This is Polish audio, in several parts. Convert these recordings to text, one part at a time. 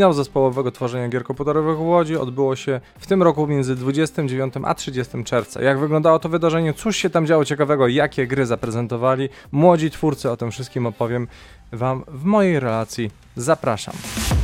finał zespołowego tworzenia gier komputerowych w Łodzi odbyło się w tym roku między 29 a 30 czerwca. Jak wyglądało to wydarzenie, cóż się tam działo ciekawego, jakie gry zaprezentowali młodzi twórcy, o tym wszystkim opowiem Wam w mojej relacji. Zapraszam.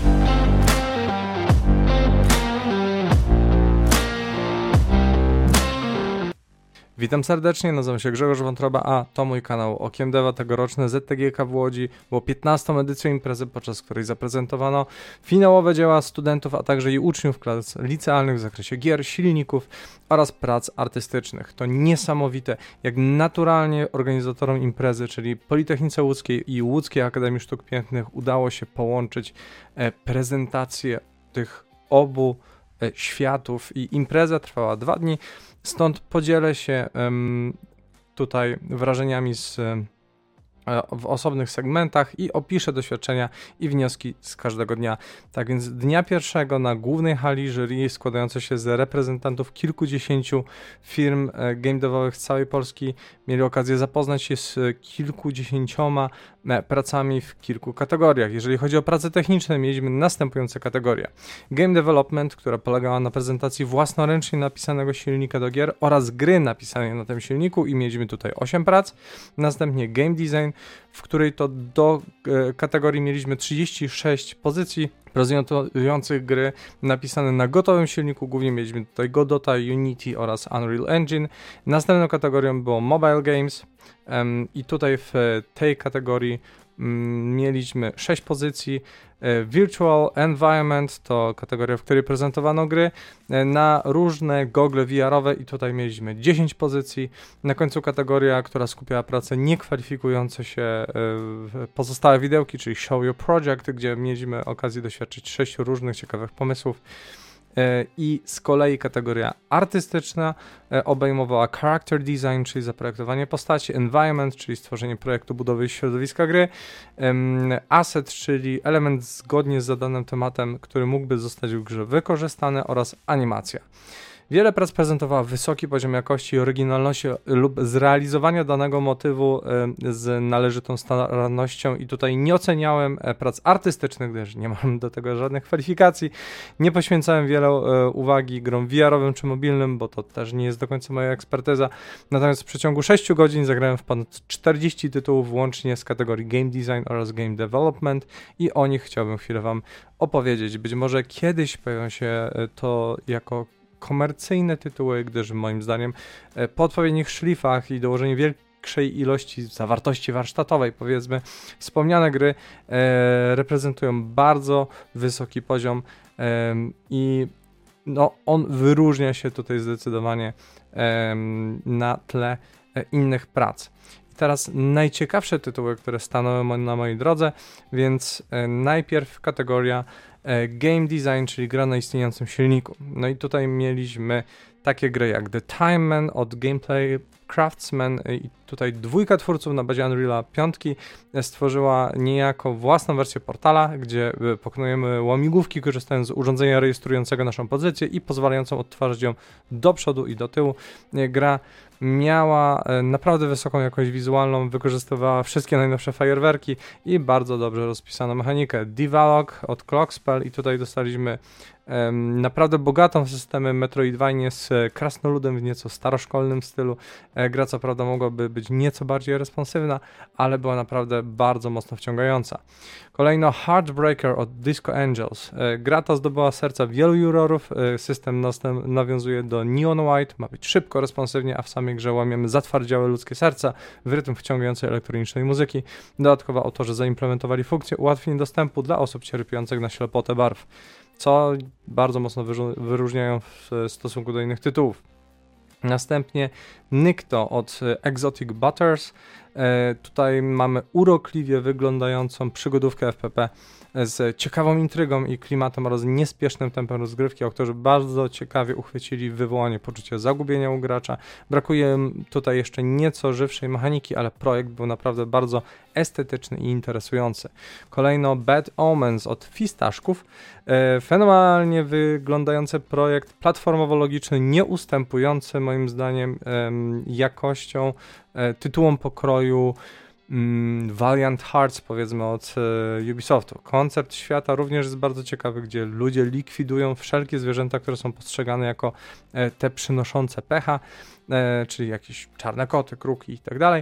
Witam serdecznie, nazywam się Grzegorz Wątroba, a to mój kanał Okiem Deva. Tegoroczne ZTGK w Łodzi było 15. edycją imprezy, podczas której zaprezentowano finałowe dzieła studentów, a także i uczniów klas licealnych w zakresie gier, silników oraz prac artystycznych. To niesamowite, jak naturalnie organizatorom imprezy, czyli Politechnice Łódzkiej i Łódzkiej Akademii Sztuk Pięknych, udało się połączyć prezentację tych obu światów i impreza trwała 2 dni. Stąd podzielę się tutaj wrażeniami w osobnych segmentach i opiszę doświadczenia i wnioski z każdego dnia. Tak więc dnia pierwszego na głównej hali jury składającej się z reprezentantów kilkudziesięciu firm game devowych z całej Polski mieli okazję zapoznać się z kilkudziesięcioma pracami w kilku kategoriach. Jeżeli chodzi o prace techniczne, mieliśmy następujące kategorie. Game development, która polegała na prezentacji własnoręcznie napisanego silnika do gier oraz gry napisanej na tym silniku i mieliśmy tutaj 8 prac. Następnie game design, w której to do kategorii mieliśmy 36 pozycji prezentujących gry napisane na gotowym silniku. Głównie mieliśmy tutaj Godota, Unity oraz Unreal Engine. Następną kategorią było Mobile Games i tutaj w tej kategorii mieliśmy 6 pozycji. Virtual Environment to kategoria, w której prezentowano gry na różne gogle VR-owe i tutaj mieliśmy 10 pozycji. Na końcu kategoria, która skupiała pracę niekwalifikujące się pozostałe widełki, czyli Show Your Project, gdzie mieliśmy okazję doświadczyć 6 różnych ciekawych pomysłów. I z kolei kategoria artystyczna obejmowała character design, czyli zaprojektowanie postaci, environment, czyli stworzenie projektu budowy środowiska gry, asset, czyli element zgodnie z zadanym tematem, który mógłby zostać w grze wykorzystany, oraz animacja. Wiele prac prezentowała wysoki poziom jakości i oryginalności lub zrealizowania danego motywu z należytą starannością i tutaj nie oceniałem prac artystycznych, gdyż nie mam do tego żadnych kwalifikacji. Nie poświęcałem wiele uwagi grom VR-owym czy mobilnym, bo to też nie jest do końca moja ekspertyza. Natomiast w przeciągu 6 godzin zagrałem w ponad 40 tytułów łącznie z kategorii Game Design oraz Game Development i o nich chciałbym chwilę Wam opowiedzieć. Być może kiedyś pojawią się to jako komercyjne tytuły, gdyż moim zdaniem po odpowiednich szlifach i dołożeniu większej ilości zawartości warsztatowej, powiedzmy, wspomniane gry reprezentują bardzo wysoki poziom i no, on wyróżnia się tutaj zdecydowanie na tle innych prac. I teraz najciekawsze tytuły, które stanęły na mojej drodze, więc najpierw kategoria Game Design, czyli gra na istniejącym silniku. No i tutaj mieliśmy takie gry jak The Time Man od Gameplay Craftsman i tutaj 2 twórców na bazie Unreala 5 stworzyła niejako własną wersję portala, gdzie pokonujemy łamigłówki, korzystając z urządzenia rejestrującego naszą pozycję i pozwalającą odtwarzać ją do przodu i do tyłu. Gra miała naprawdę wysoką jakość wizualną, wykorzystywała wszystkie najnowsze fajerwerki i bardzo dobrze rozpisaną mechanikę. Divalog od Clockspell i tutaj dostaliśmy naprawdę bogatą w systemy Metroidvania z krasnoludem w nieco staroszkolnym stylu. Gra co prawda mogłaby być nieco bardziej responsywna, ale była naprawdę bardzo mocno wciągająca. Kolejno Heartbreaker od Disco Angels. Gra ta zdobyła serca wielu jurorów. System nawiązuje do Neon White, ma być szybko, responsywnie, a w samej grze łamiemy zatwardziałe ludzkie serca w rytm wciągającej elektronicznej muzyki. Dodatkowo autorzy zaimplementowali funkcję ułatwień dostępu dla osób cierpiących na ślepotę barw, co bardzo mocno wyróżniają w stosunku do innych tytułów. Następnie Nikto od Exotic Butters. Tutaj mamy urokliwie wyglądającą przygodówkę FPP z ciekawą intrygą i klimatem oraz niespiesznym tempem rozgrywki. Autorzy bardzo ciekawie uchwycili wywołanie poczucia zagubienia u gracza. Brakuje tutaj jeszcze nieco żywszej mechaniki, ale projekt był naprawdę bardzo estetyczny i interesujący. Kolejno Bad Omens od Fistaszków. Fenomenalnie wyglądający projekt platformowo-logiczny, nie ustępujący moim zdaniem jakością tytułom pokroju Valiant Hearts, powiedzmy, od Ubisoftu. Koncept świata również jest bardzo ciekawy, gdzie ludzie likwidują wszelkie zwierzęta, które są postrzegane jako te przynoszące pecha, czyli jakieś czarne koty, kruki i tak dalej.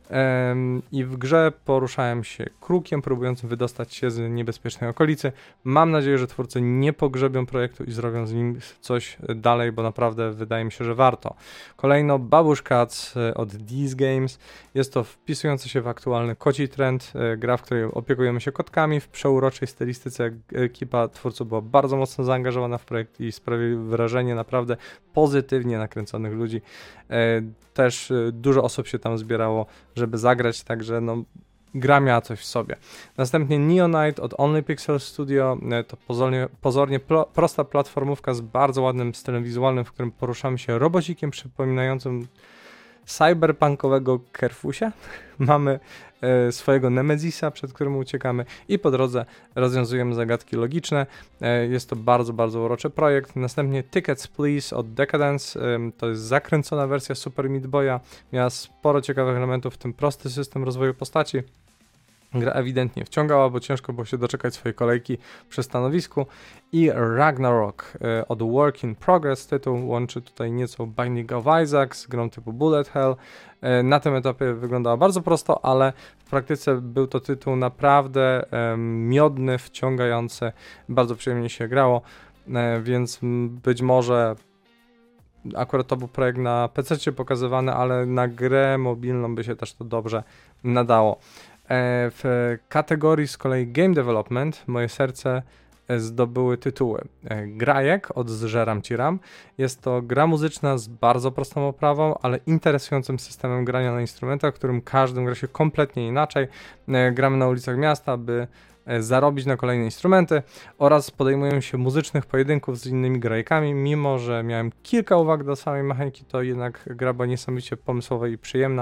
I w grze poruszałem się krukiem, próbującym wydostać się z niebezpiecznej okolicy. Mam nadzieję, że twórcy nie pogrzebią projektu i zrobią z nim coś dalej, bo naprawdę wydaje mi się, że warto. Kolejno Babush Cats od These Games. Jest to wpisujący się w aktualny koci trend, gra, w której opiekujemy się kotkami w przeuroczej stylistyce. Ekipa twórców była bardzo mocno zaangażowana w projekt i sprawi wrażenie naprawdę pozytywnie nakręconych ludzi. Też dużo osób się tam zbierało, żeby zagrać, także no, gra miała coś w sobie. Następnie Neonite od Only Pixel Studio, to pozornie prosta platformówka z bardzo ładnym stylem wizualnym, w którym poruszamy się robocikiem przypominającym cyberpunkowego Kerfusia. Mamy swojego Nemezisa, przed którym uciekamy i po drodze rozwiązujemy zagadki logiczne. Jest to bardzo, bardzo uroczy projekt. Następnie Tickets Please od Decadence. To jest zakręcona wersja Super Meat Boya. Miała sporo ciekawych elementów, w tym prosty system rozwoju postaci. Gra ewidentnie wciągała, bo ciężko było się doczekać swojej kolejki przy stanowisku. I Ragnarok od Work in Progress. Tytuł łączy tutaj nieco Binding of Isaac z grą typu Bullet Hell. Na tym etapie wyglądała bardzo prosto, ale w praktyce był to tytuł naprawdę miodny, wciągający. Bardzo przyjemnie się grało, więc być może akurat to był projekt na PC pokazywany, ale na grę mobilną by się też to dobrze nadało. W kategorii z kolei Game Development moje serce zdobyły tytuły Grajek od Zżeram Ci Ram. Jest to gra muzyczna z bardzo prostą oprawą, ale interesującym systemem grania na instrumentach, w którym każdym gra się kompletnie inaczej. Gramy na ulicach miasta, by zarobić na kolejne instrumenty oraz podejmują się muzycznych pojedynków z innymi grajkami. Mimo że miałem kilka uwag do samej mechaniki, to jednak gra była niesamowicie pomysłowa i przyjemna.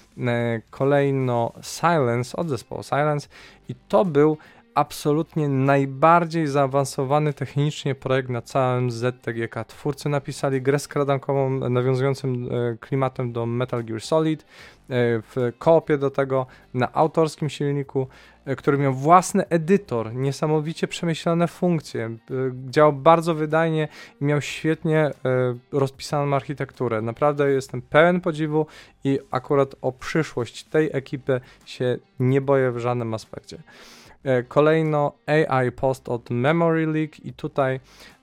Kolejno Silence od zespołu Silence i to był absolutnie najbardziej zaawansowany technicznie projekt na całym ZTGK. Twórcy napisali grę skradankową nawiązującym klimatem do Metal Gear Solid, w koopie do tego, na autorskim silniku, który miał własny edytor, niesamowicie przemyślane funkcje, działał bardzo wydajnie i miał świetnie rozpisaną architekturę. Naprawdę jestem pełen podziwu i akurat o przyszłość tej ekipy się nie boję w żadnym aspekcie. Kolejno AI Post od Memory League i tutaj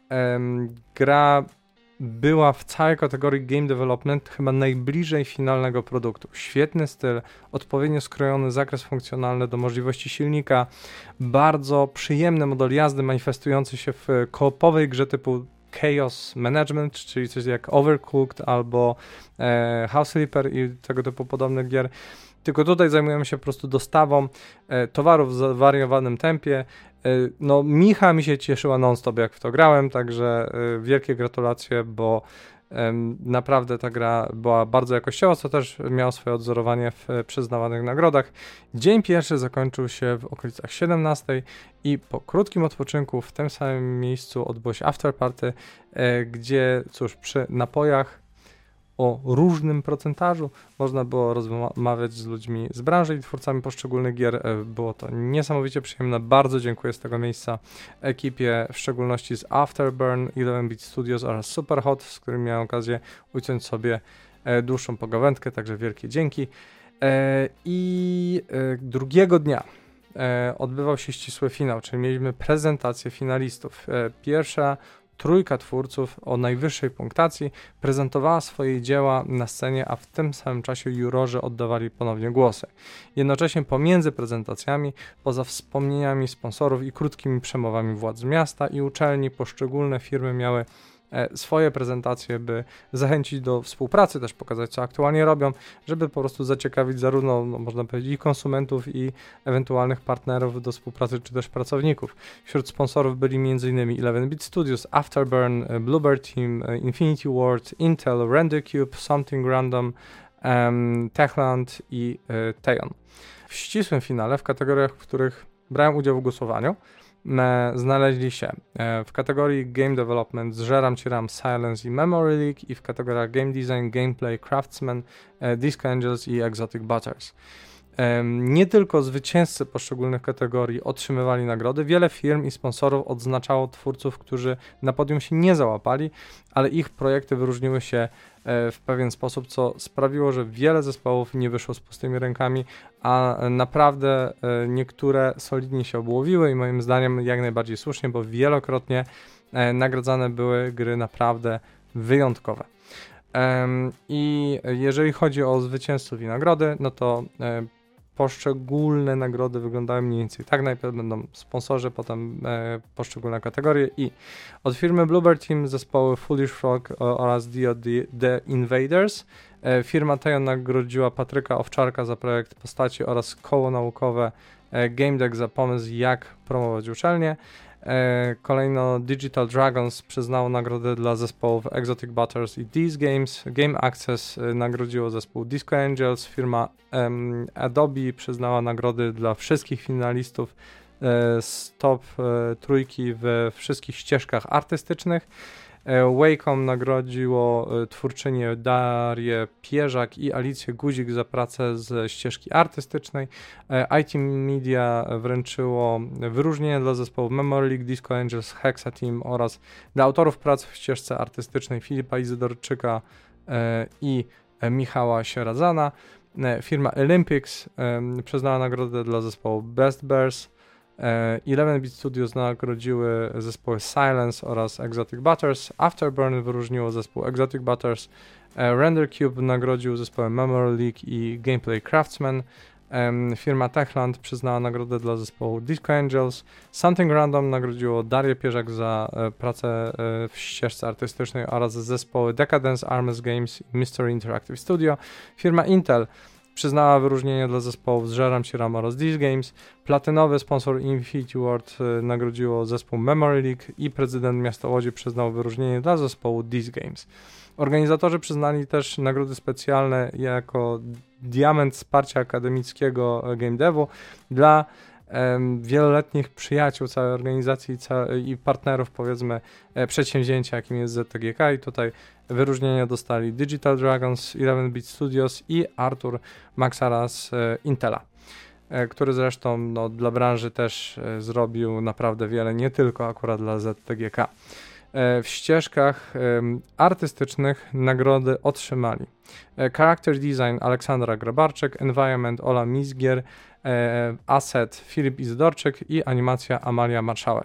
gra była w całej kategorii Game Development chyba najbliżej finalnego produktu. Świetny styl, odpowiednio skrojony zakres funkcjonalny do możliwości silnika, bardzo przyjemny model jazdy manifestujący się w koopowej grze typu Chaos Management, czyli coś jak Overcooked albo House Flipper i tego typu podobnych gier. Tylko tutaj zajmujemy się po prostu dostawą towarów w zawariowanym tempie. No, Micha mi się cieszyła non-stop, jak w to grałem, także wielkie gratulacje, bo naprawdę ta gra była bardzo jakościowa, co też miało swoje odzorowanie w przyznawanych nagrodach. Dzień pierwszy zakończył się w okolicach 17 i po krótkim odpoczynku w tym samym miejscu odbyło się afterparty, gdzie cóż, przy napojach o różnym procentażu można było rozmawiać z ludźmi z branży i twórcami poszczególnych gier. Było to niesamowicie przyjemne. Bardzo dziękuję z tego miejsca ekipie, w szczególności z Afterburn, 11-Bit Studios oraz Superhot, z którym miałem okazję uciąć sobie dłuższą pogawędkę, także wielkie dzięki. I drugiego dnia odbywał się ścisły finał, czyli mieliśmy prezentację finalistów. Pierwsza trójka twórców o najwyższej punktacji prezentowała swoje dzieła na scenie, a w tym samym czasie jurorzy oddawali ponownie głosy. Jednocześnie pomiędzy prezentacjami, poza wspomnieniami sponsorów i krótkimi przemowami władz miasta i uczelni, poszczególne firmy miały swoje prezentacje, by zachęcić do współpracy, też pokazać, co aktualnie robią, żeby po prostu zaciekawić zarówno, można powiedzieć, i konsumentów, i ewentualnych partnerów do współpracy, czy też pracowników. Wśród sponsorów byli m.in. 11-Bit Studios, Afterburn, Bluebird Team, Infinity Ward, Intel, RenderCube, Something Random, Techland i Teon. W ścisłym finale, w kategoriach, w których brałem udział w głosowaniu, znaleźli się w kategorii Game Development Zżeram Ci Ram, Silence i Memory League i w kategoriach Game Design, Gameplay, Craftsman, Disco Angels i Exotic Butters. Nie tylko zwycięzcy poszczególnych kategorii otrzymywali nagrody, wiele firm i sponsorów odznaczało twórców, którzy na podium się nie załapali, ale ich projekty wyróżniły się w pewien sposób, co sprawiło, że wiele zespołów nie wyszło z pustymi rękami, a naprawdę niektóre solidnie się obłowiły i moim zdaniem jak najbardziej słusznie, bo wielokrotnie nagradzane były gry naprawdę wyjątkowe. I jeżeli chodzi o zwycięzców i nagrody, no to poszczególne nagrody wyglądały mniej więcej tak. Najpierw będą sponsorzy, potem poszczególne kategorie i od firmy Bluebird Team zespoły Foolish Frog oraz DoD The Invaders. Firma Tejon nagrodziła Patryka Owczarka za projekt postaci oraz koło naukowe Game Deck za pomysł, jak promować uczelnię. Kolejno Digital Dragons przyznało nagrodę dla zespołów Exotic Butters i These Games. Game Access nagrodziło zespół Disco Angels. Firma Adobe przyznała nagrody dla wszystkich finalistów z top trójki we wszystkich ścieżkach artystycznych. Wacom nagrodziło twórczynię Darię Pierzak i Alicję Guzik za pracę ze ścieżki artystycznej. IT Media wręczyło wyróżnienie dla zespołów Memory League, Disco Angels, Hexa Team oraz dla autorów prac w ścieżce artystycznej Filipa Izydorczyka i Michała Sieradzana. Firma Olympics przyznała nagrodę dla zespołu Best Bears. 11-bit Studios nagrodziły zespoły Silence oraz Exotic Butters. Afterburn wyróżniło zespół Exotic Butters. Render Cube nagrodził zespoły Memory League i Gameplay Craftsman. Firma Techland przyznała nagrodę dla zespołu Disco Angels. Something Random nagrodziło Darię Pierzak za pracę w ścieżce artystycznej oraz zespoły Decadence, Arms Games i Mystery Interactive Studio. Firma Intel przyznała wyróżnienie dla zespołów Zżeram Ci RAM oraz These Games. Platynowy sponsor Infinity Ward nagrodziło zespół Memory League i prezydent miasta Łodzi przyznał wyróżnienie dla zespołu These Games. Organizatorzy przyznali też nagrody specjalne jako diament wsparcia akademickiego game devu dla wieloletnich przyjaciół całej organizacji i partnerów, powiedzmy, przedsięwzięcia, jakim jest ZTGK, i tutaj wyróżnienia dostali Digital Dragons, 11-bit Studios i Artur Maxara z Intela, który zresztą dla branży też zrobił naprawdę wiele, nie tylko akurat dla ZTGK. W ścieżkach artystycznych nagrody otrzymali Character Design Aleksandra Grabarczyk, Environment Ola Mizgier, Asset Filip Izydorczyk i Animacja Amalia Marszałek.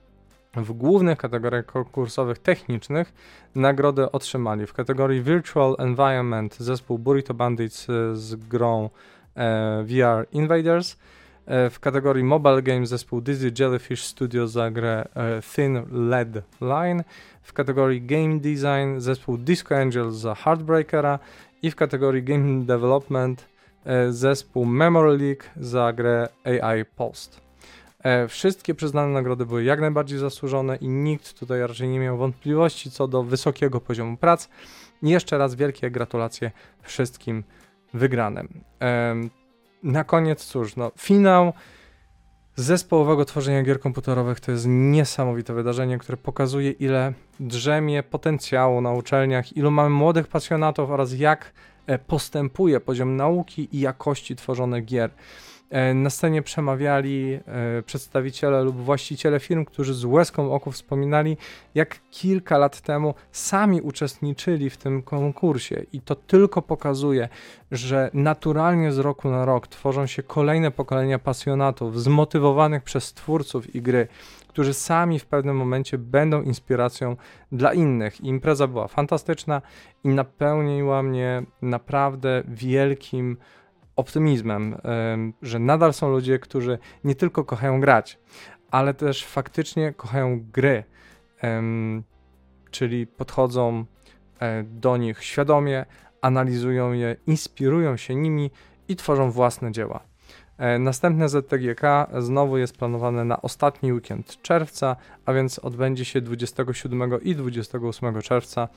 W głównych kategoriach konkursowych technicznych nagrody otrzymali w kategorii Virtual Environment zespół Burrito Bandits z grą VR Invaders, w kategorii Mobile Games zespół Dizzy Jellyfish Studio za grę Thin Lead Line, w kategorii Game Design zespół Disco Angels za Heartbreakera i w kategorii Game Development zespół Memory League za grę AI Post. Wszystkie przyznane nagrody były jak najbardziej zasłużone i nikt tutaj raczej nie miał wątpliwości co do wysokiego poziomu prac. Jeszcze raz wielkie gratulacje wszystkim wygranym. Na koniec cóż, finał zespołowego tworzenia gier komputerowych to jest niesamowite wydarzenie, które pokazuje, ile drzemie potencjału na uczelniach, ilu mamy młodych pasjonatów oraz jak postępuje poziom nauki i jakości tworzonych gier. Na scenie przemawiali przedstawiciele lub właściciele firm, którzy z łezką oku wspominali, jak kilka lat temu sami uczestniczyli w tym konkursie, i to tylko pokazuje, że naturalnie z roku na rok tworzą się kolejne pokolenia pasjonatów, zmotywowanych przez twórców i gry, którzy sami w pewnym momencie będą inspiracją dla innych. Impreza była fantastyczna i napełniła mnie naprawdę wielkim optymizmem, że nadal są ludzie, którzy nie tylko kochają grać, ale też faktycznie kochają gry, czyli podchodzą do nich świadomie, analizują je, inspirują się nimi i tworzą własne dzieła. Następne ZTGK znowu jest planowane na ostatni weekend czerwca, a więc odbędzie się 27 i 28 czerwca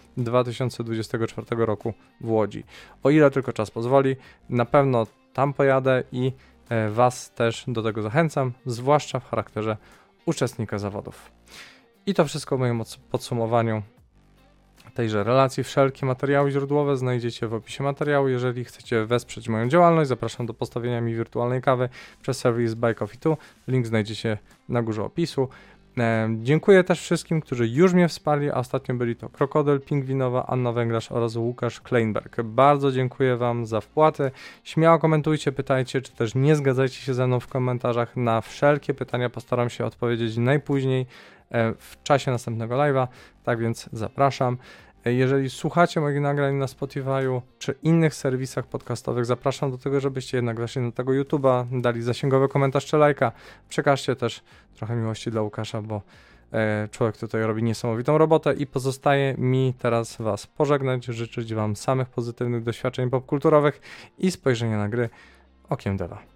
2024 roku w Łodzi. O ile tylko czas pozwoli, na pewno tam pojadę i Was też do tego zachęcam, zwłaszcza w charakterze uczestnika zawodów. I to wszystko w moim podsumowaniu tejże relacji. Wszelkie materiały źródłowe znajdziecie w opisie materiału. Jeżeli chcecie wesprzeć moją działalność, zapraszam do postawienia mi wirtualnej kawy przez serwis Buy Coffee 2. Link znajdziecie na górze opisu. Dziękuję też wszystkim, którzy już mnie wsparli, a ostatnio byli to Krokodyl, Pingwinowa, Anna Węglarz oraz Łukasz Kleinberg. Bardzo dziękuję Wam za wpłaty. Śmiało komentujcie, pytajcie, czy też nie zgadzajcie się ze mną w komentarzach. Na wszelkie pytania postaram się odpowiedzieć najpóźniej w czasie następnego live'a, tak więc zapraszam. Jeżeli słuchacie moich nagrań na Spotify'u czy innych serwisach podcastowych, zapraszam do tego, żebyście jednak weszli na tego YouTube'a, dali zasięgowy komentarz czy lajka. Przekażcie też trochę miłości dla Łukasza, bo człowiek tutaj robi niesamowitą robotę i pozostaje mi teraz Was pożegnać, życzyć Wam samych pozytywnych doświadczeń popkulturowych i spojrzenia na gry okiem Deva.